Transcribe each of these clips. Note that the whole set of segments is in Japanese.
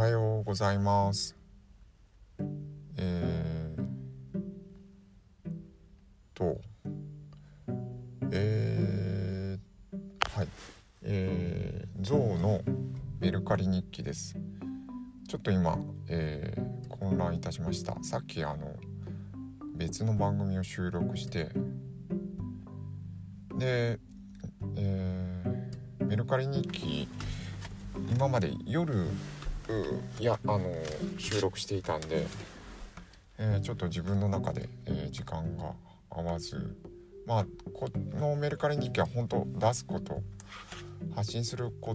はようございます。えーと、はい、ゾウのメルカリ日記です。ちょっと今、混乱いたしました。さっき別の番組を収録してで、メルカリ日記今まで夜収録していたんで、ちょっと自分の中で、時間が合わず、このメルカリ日記は本当出すこと、発信すること、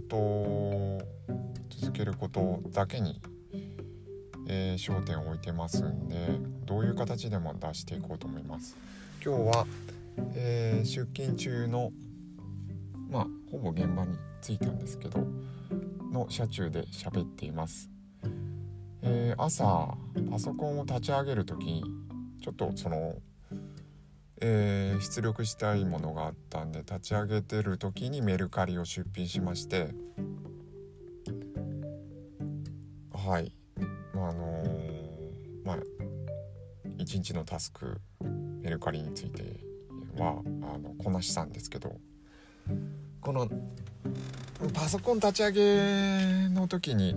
続けることだけに、焦点を置いてますんで、どういう形でも出していこうと思います。今日は、出勤中のほぼ現場に着いたんですけどの車中で喋っています。朝パソコンを立ち上げるとき、ちょっと出力したいものがあったんで、立ち上げてるときにメルカリを出品しまして、はい一日のタスク、メルカリについてはこなしたんですけど、このパソコン立ち上げの時に、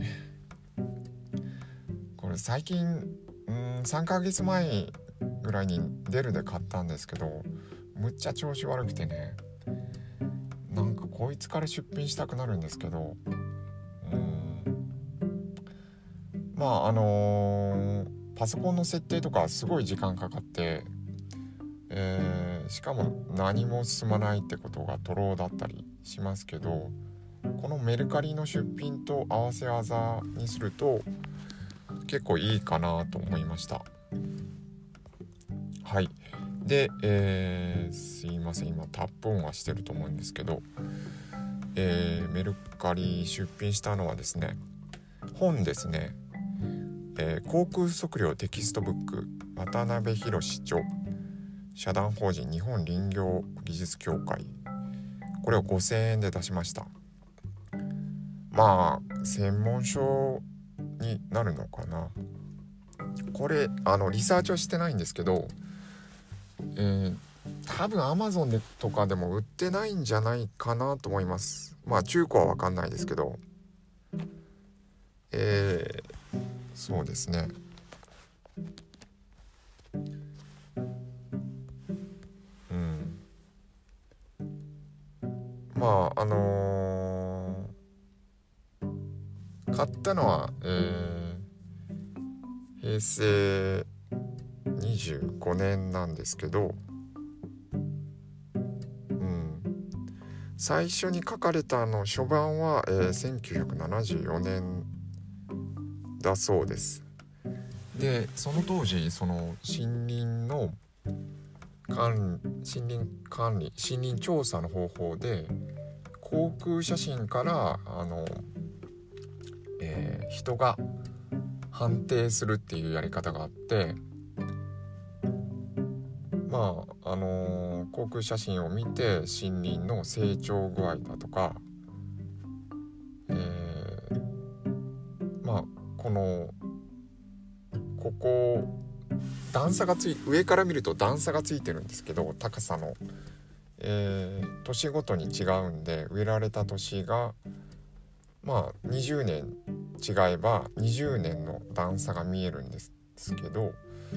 これ最近3ヶ月前ぐらいにデルで買ったんですけど、むっちゃ調子悪くてね、なんかこいつから出品したくなるんですけど、パソコンの設定とかすごい時間かかって、しかも何も進まないってことがトローだったりしますけど、このメルカリの出品と合わせ技にすると結構いいかなと思いました。はい。で、すいません、今タップオンはしてると思うんですけど、メルカリ出品したのはですね、本ですね。航空測量テキストブック、渡辺博著、社団法人日本林業技術協会、これを5000円で出しました。専門書になるのかな。これリサーチはしてないんですけど、多分 Amazon でとかでも売ってないんじゃないかなと思います。中古は分かんないですけど、そうですね。買ったのは、平成25年なんですけど、最初に書かれた初版は、1974年だそうです。で、その当時森林の森林調査の方法で航空写真から人が判定するっていうやり方があって、航空写真を見て森林の成長具合だとか、ここ段差が上から見ると段差がついてるんですけど、高さの、年ごとに違うんで、植えられた年が20年違えば20年の段差が見えるんですけど、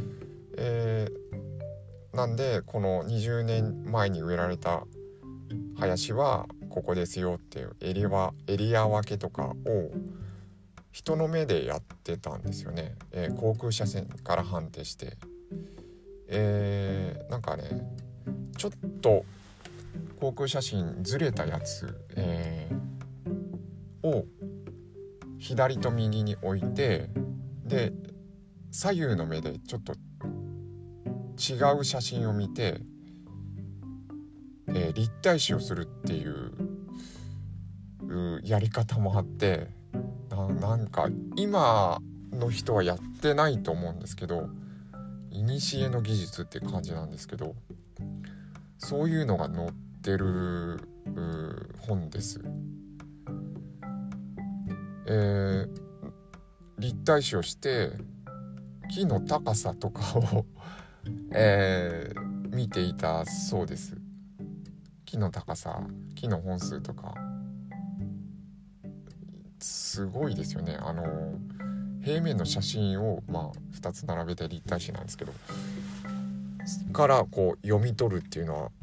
なんでこの20年前に植えられた林はここですよっていうエリア分けとかを人の目でやってたんですよね。航空写真から判定して、なんかね、ちょっと航空写真ずれたやつ、を左と右に置いて、で左右の目でちょっと違う写真を見て、立体視をするっていうやり方もあって、なんか今の人はやってないと思うんですけど、古の技術って感じなんですけど、そういうのが載ってる本です。 立体視をして木の高さとかを、見ていたそうです。木の高さ、木の本数とかすごいですよね。平面の写真を2つ並べて立体視なんですけどからこう読み取るっていうのは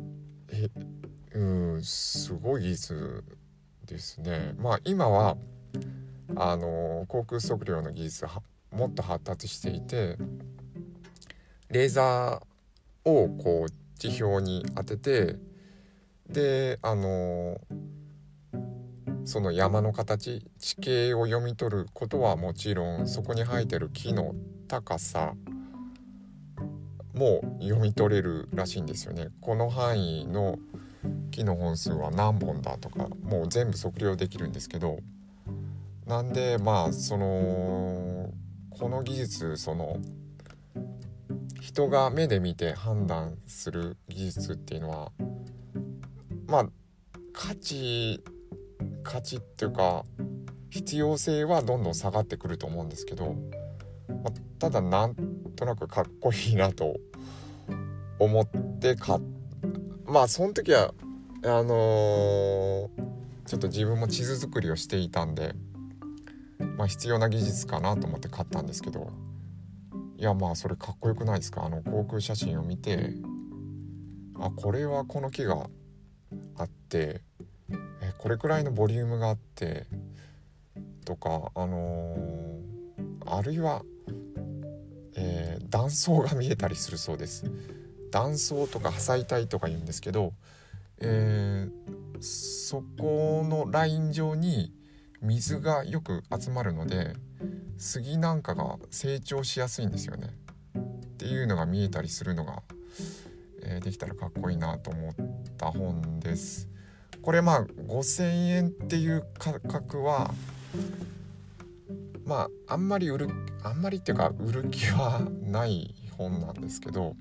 すごい技術ですね。今は航空測量の技術はもっと発達していて、レーザーをこう地表に当てて、でその山の形、地形を読み取ることはもちろん、そこに生えてる木の高さも読み取れるらしいんですよね。この範囲の木の本数は何本だとかもう全部測量できるんですけど、なんでこの技術、人が目で見て判断する技術っていうのは価値っていうか必要性はどんどん下がってくると思うんですけど、ただなんとなくかっこいいなと思ってその時はちょっと自分も地図作りをしていたんで、必要な技術かなと思って買ったんですけど、いやそれかっこよくないですか。航空写真を見て、これはこの木があって、これくらいのボリュームがあってとか、あるいは、断層が見えたりするそうです。断層とか破砕帯とか言うんですけど、そこのライン上に水がよく集まるので、杉なんかが成長しやすいんですよねっていうのが見えたりするのが、できたらかっこいいなと思った本です。これ5000円っていう価格はあんまりっていうか売る気はない本なんですけど、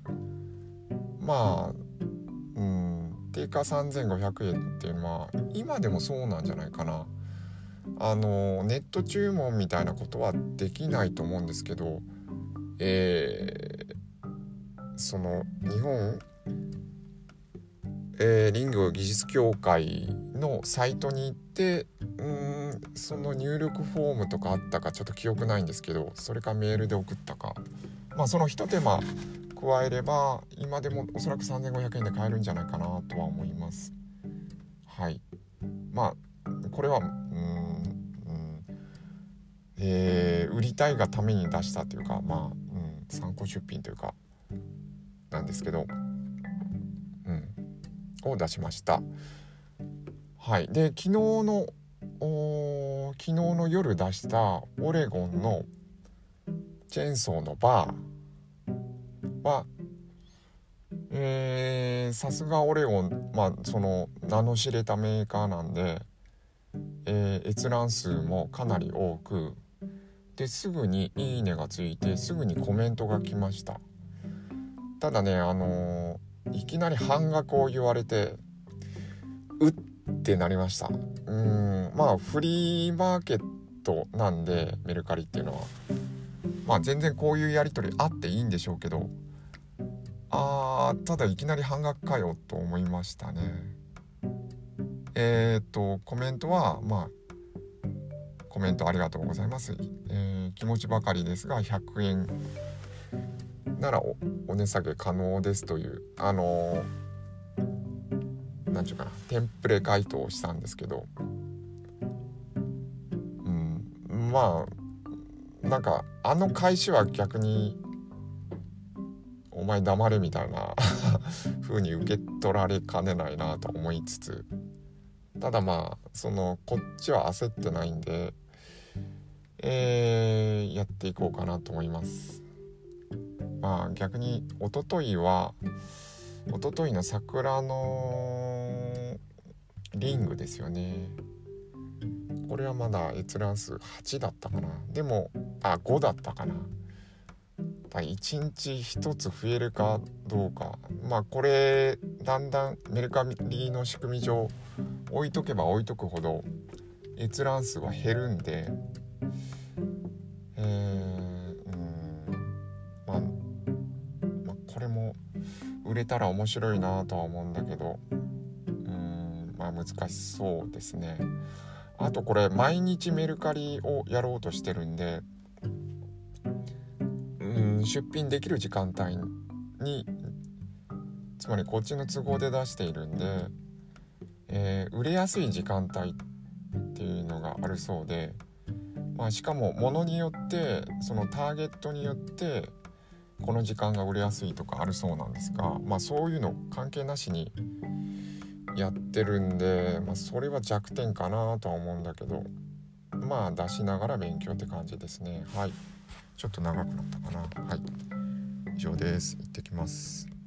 定価3500円っていうのは今でもそうなんじゃないかな。ネット注文みたいなことはできないと思うんですけど、その日本、林業技術協会のサイトに行って、その入力フォームとかあったかちょっと記憶ないんですけど、それかメールで送ったか、その一手間加えれば今でもおそらく3500円で買えるんじゃないかなとは思います。はい。これは売りたいがために出したというか、参考出品というかなんですけど、を出しました。はい。で、昨日の夜出したオレゴンのチェーンソーのバーは、さすがオレゴン、その名の知れたメーカーなんで、閲覧数もかなり多くですぐにいいねがついて、すぐにコメントが来ました。ただね、いきなり半額を言われてうってなりました。フリーマーケットなんでメルカリっていうのは全然こういうやり取りあっていいんでしょうけど、ただいきなり半額かよと思いましたね。コメントはコメントありがとうございます、気持ちばかりですが100円なら お値下げ可能ですというなんちゅうかな、テンプレ回答をしたんですけど、なんか返しは逆にお前黙れみたいな風に受け取られかねないなと思いつつ、ただこっちは焦ってないんで、やっていこうかなと思います。逆に一昨日の桜のリングですよね。これはまだ閲覧数8だったかな。でも5だったかな。1日1つ増えるかどうか、これだんだんメルカリの仕組み上置いとけば置いとくほど閲覧数は減るんで、 売れたら面白いなとは思うんだけど、難しそうですね。あとこれ毎日メルカリをやろうとしてるんで、出品できる時間帯に、つまりこっちの都合で出しているんで、売れやすい時間帯っていうのがあるそうで、しかも物によってそのターゲットによってこの時間が売れやすいとかあるそうなんですが、そういうの関係なしにやってるんで、それは弱点かなとは思うんだけど、出しながら勉強って感じですね。はい、ちょっと長くなったかな。はい、以上です。行ってきます。